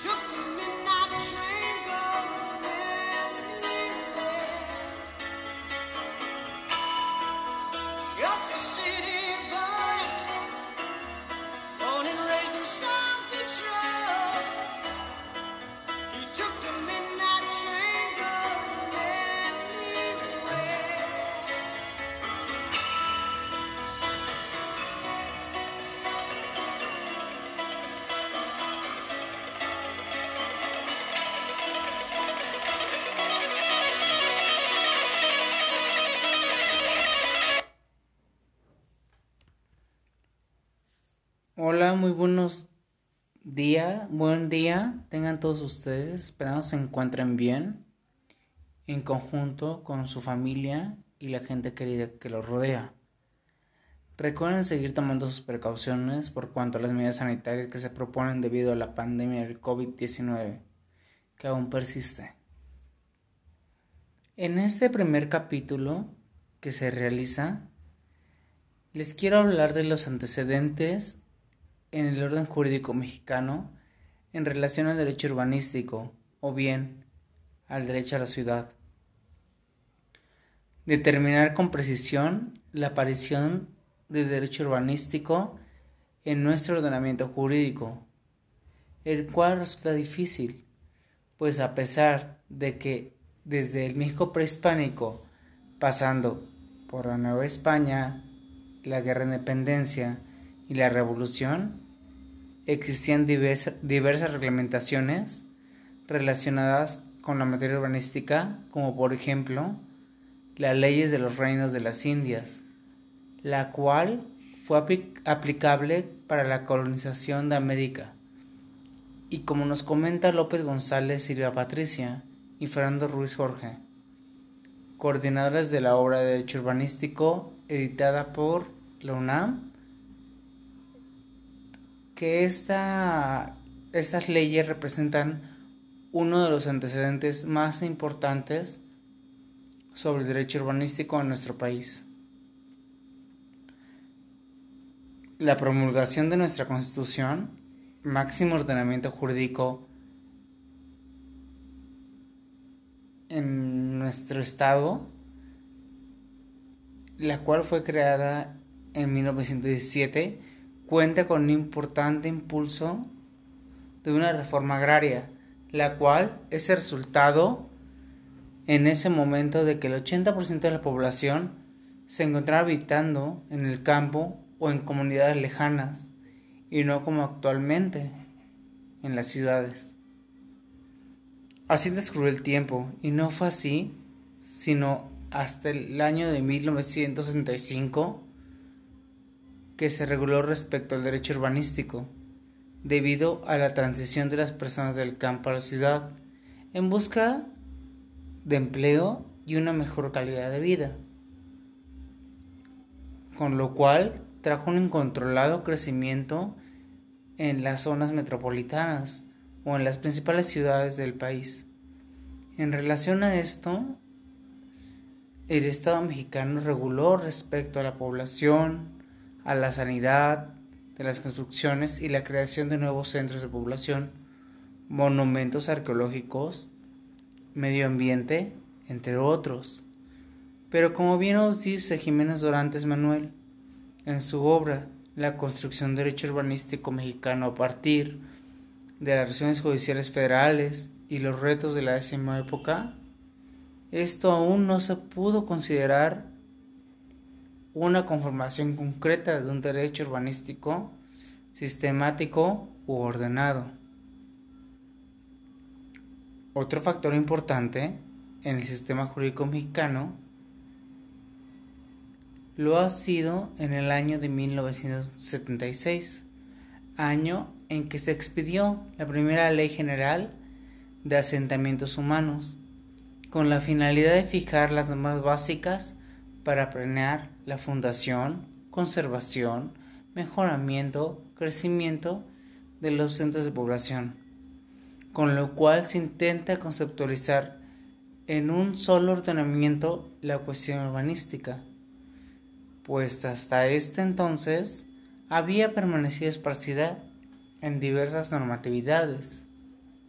Took the midnight train going anywhere. Just a city boy, born and raised in South Detroit. He took the midnight train going anywhere. Hola, muy buen día, tengan todos ustedes, esperamos se encuentren bien, en conjunto con su familia y la gente querida que los rodea. Recuerden seguir tomando sus precauciones por cuanto a las medidas sanitarias que se proponen debido a la pandemia del COVID-19, que aún persiste. En este primer capítulo que se realiza, les quiero hablar de los antecedentes en el orden jurídico mexicano en relación al derecho urbanístico o bien al derecho a la ciudad. Determinar con precisión la aparición del derecho urbanístico en nuestro ordenamiento jurídico, el cual resulta difícil, pues a pesar de que desde el México prehispánico, pasando por la Nueva España, la Guerra de Independencia y la Revolución, existían diversas reglamentaciones relacionadas con la materia urbanística, como por ejemplo las leyes de los reinos de las Indias, la cual fue aplicable para la colonización de América, y como nos comenta López González Silva Patricia y Fernando Ruiz Jorge, coordinadores de la obra de Derecho Urbanístico editada por la UNAM, que estas leyes representan uno de los antecedentes más importantes sobre el derecho urbanístico en nuestro país. La promulgación de nuestra Constitución, máximo ordenamiento jurídico en nuestro estado, la cual fue creada en 1917, cuenta con un importante impulso de una reforma agraria, la cual es el resultado en ese momento de que el 80% de la población se encontraba habitando en el campo o en comunidades lejanas, y no como actualmente en las ciudades. Así transcurrió el tiempo, y no fue así sino hasta el año de 1965 que se reguló respecto al derecho urbanístico, debido a la transición de las personas del campo a la ciudad, en busca de empleo y una mejor calidad de vida, con lo cual trajo un incontrolado crecimiento en las zonas metropolitanas o en las principales ciudades del país. En relación a esto, el Estado mexicano reguló respecto a la población, a la sanidad, de las construcciones y la creación de nuevos centros de población, monumentos arqueológicos, medio ambiente, entre otros. Pero como bien nos dice Jiménez Dorantes Manuel en su obra La construcción del derecho urbanístico mexicano a partir de las resoluciones judiciales federales y los retos de la décima época, esto aún no se pudo considerar una conformación concreta de un derecho urbanístico sistemático u ordenado. Otro factor importante en el sistema jurídico mexicano lo ha sido en el año de 1976, año en que se expidió la primera Ley General de Asentamientos Humanos, con la finalidad de fijar las normas básicas para planear la fundación, conservación, mejoramiento, crecimiento de los centros de población, con lo cual se intenta conceptualizar en un solo ordenamiento la cuestión urbanística, pues hasta este entonces había permanecido esparcida en diversas normatividades.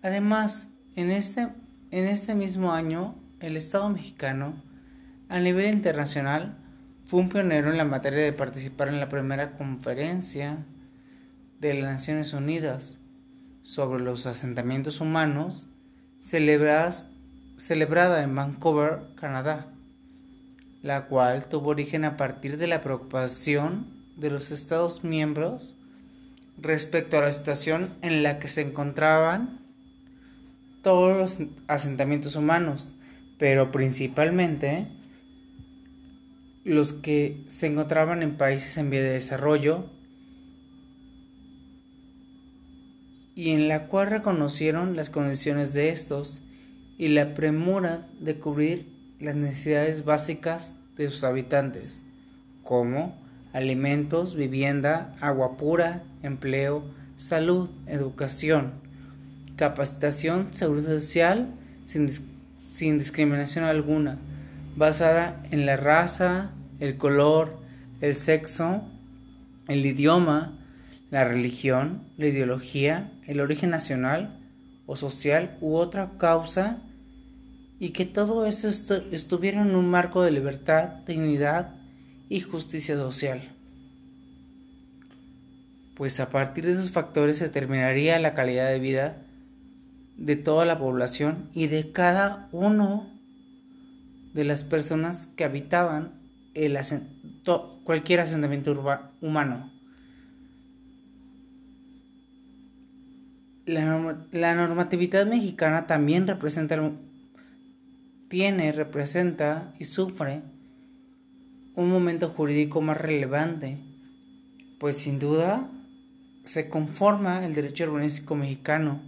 Además, en este mismo año, el Estado mexicano, a nivel internacional, fue un pionero en la materia de participar en la primera conferencia de las Naciones Unidas sobre los asentamientos humanos, celebrada en Vancouver, Canadá, la cual tuvo origen a partir de la preocupación de los Estados miembros respecto a la situación en la que se encontraban todos los asentamientos humanos, pero principalmente los que se encontraban en países en vía de desarrollo, y en la cual reconocieron las condiciones de estos y la premura de cubrir las necesidades básicas de sus habitantes, como alimentos, vivienda, agua pura, empleo, salud, educación, capacitación, seguridad social, sin discriminación alguna, basada en la raza, el color, el sexo, el idioma, la religión, la ideología, el origen nacional o social u otra causa, y que todo eso estuviera en un marco de libertad, dignidad y justicia social. Pues a partir de esos factores se determinaría la calidad de vida de toda la población y de cada uno de las personas que habitaban cualquier asentamiento humano. La normatividad mexicana también representa y sufre un momento jurídico más relevante, pues sin duda se conforma el derecho urbanístico mexicano,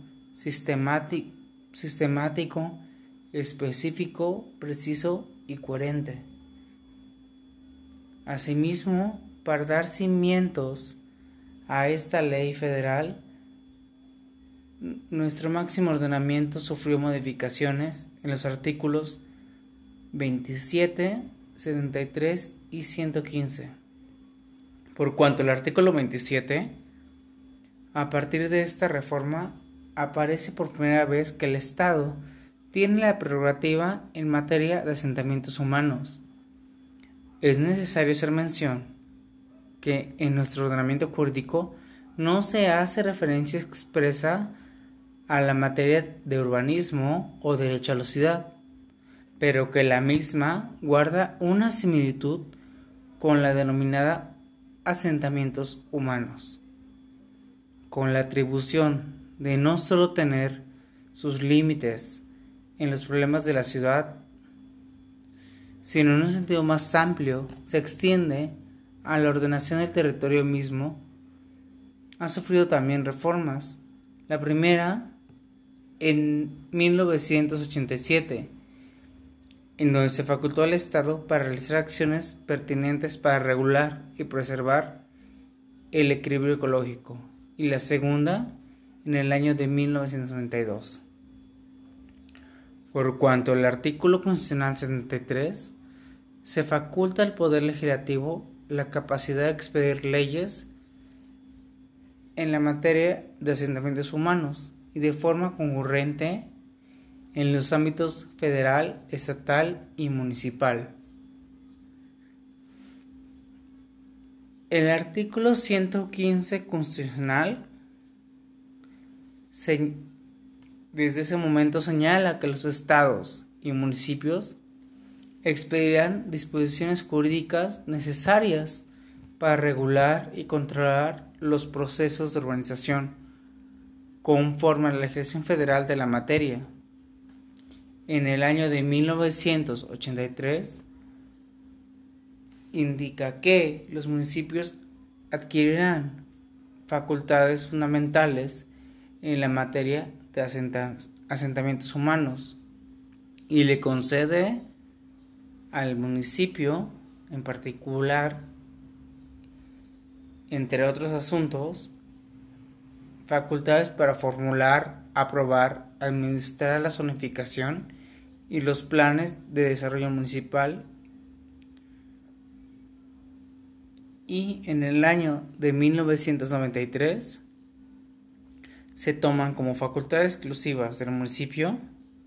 sistemático, específico, preciso y coherente. Asimismo, para dar cimientos a esta ley federal, nuestro máximo ordenamiento sufrió modificaciones en los artículos 27, 73 y 115. Por cuanto el artículo 27, a partir de esta reforma, aparece por primera vez que el Estado tiene la prerrogativa en materia de asentamientos humanos. Es necesario hacer mención que en nuestro ordenamiento jurídico no se hace referencia expresa a la materia de urbanismo o derecho a la ciudad, pero que la misma guarda una similitud con la denominada asentamientos humanos, con la atribución de no solo tener sus límites en los problemas de la ciudad, sino en un sentido más amplio se extiende a la ordenación del territorio mismo. Ha sufrido también reformas. La primera en 1987, en donde se facultó al Estado para realizar acciones pertinentes para regular y preservar el equilibrio ecológico, y la segunda en el año de 1992. Por cuanto el artículo constitucional 73 se faculta al Poder Legislativo la capacidad de expedir leyes en la materia de asentamientos humanos y de forma concurrente en los ámbitos federal, estatal y municipal. El artículo 115 constitucional desde ese momento señala que los estados y municipios expedirán disposiciones jurídicas necesarias para regular y controlar los procesos de urbanización conforme a la legislación federal de la materia. En el año de 1983 indica que los municipios adquirirán facultades fundamentales en la materia de asentamientos humanos y le concede al municipio en particular, entre otros asuntos, facultades para formular, aprobar, administrar la zonificación y los planes de desarrollo municipal. Y en el año de 1993 se toman como facultades exclusivas del municipio,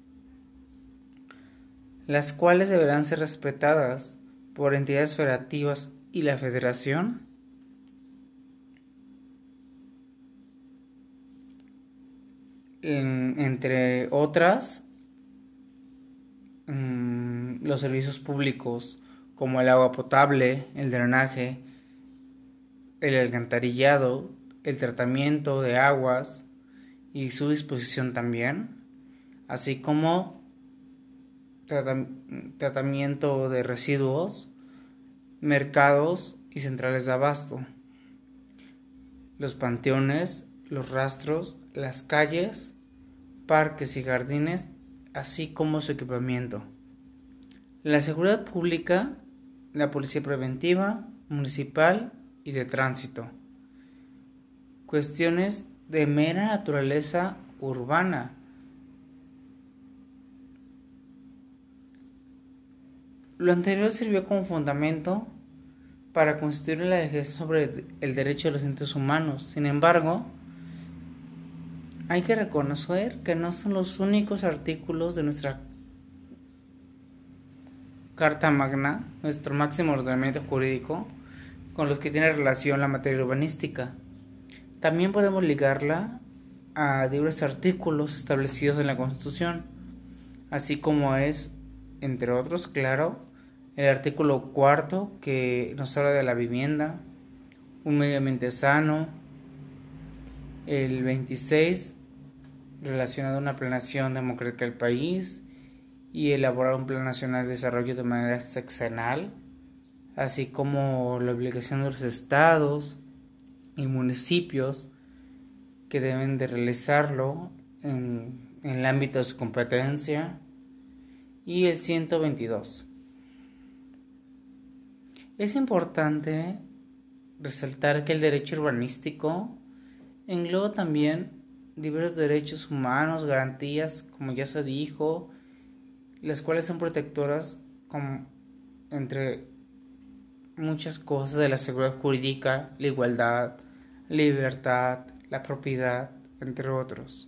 las cuales deberán ser respetadas por entidades federativas y la federación, entre otras, los servicios públicos como el agua potable, el drenaje, el alcantarillado, el tratamiento de aguas y su disposición también, así como tratamiento de residuos, mercados y centrales de abasto, los panteones, los rastros, las calles, parques y jardines, así como su equipamiento. La seguridad pública, la policía preventiva, municipal y de tránsito. Cuestiones de mera naturaleza urbana. Lo anterior sirvió como fundamento para constituir la legislación sobre el derecho de los entes humanos. Sin embargo, hay que reconocer que no son los únicos artículos de nuestra Carta Magna, nuestro máximo ordenamiento jurídico, con los que tiene relación la materia urbanística. También podemos ligarla a diversos artículos establecidos en la Constitución, así como es, entre otros, claro, el artículo 4 que nos habla de la vivienda, un medio ambiente sano, el 26 relacionado a una planeación democrática del país y elaborar un plan nacional de desarrollo de manera sexenal, así como la obligación de los estados y municipios que deben de realizarlo en el ámbito de su competencia, y el 122. Es importante resaltar que el derecho urbanístico engloba también diversos derechos humanos, garantías, como ya se dijo, las cuales son protectoras entre muchas cosas de la seguridad jurídica, la igualdad, la libertad, la propiedad, entre otros.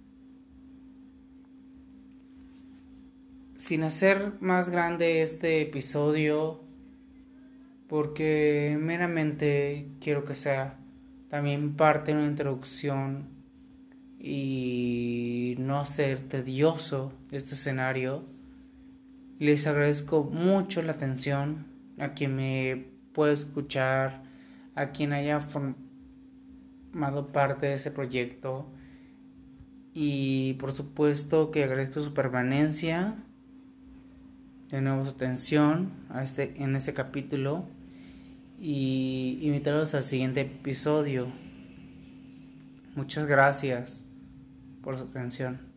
Sin hacer más grande este episodio, porque meramente quiero que sea también parte de una introducción y no hacer tedioso este escenario, les agradezco mucho la atención a quien me puede escuchar, a quien haya formado parte de ese proyecto, y por supuesto que agradezco su permanencia, de nuevo su atención en este capítulo, y invitarlos al siguiente episodio. Muchas gracias por su atención.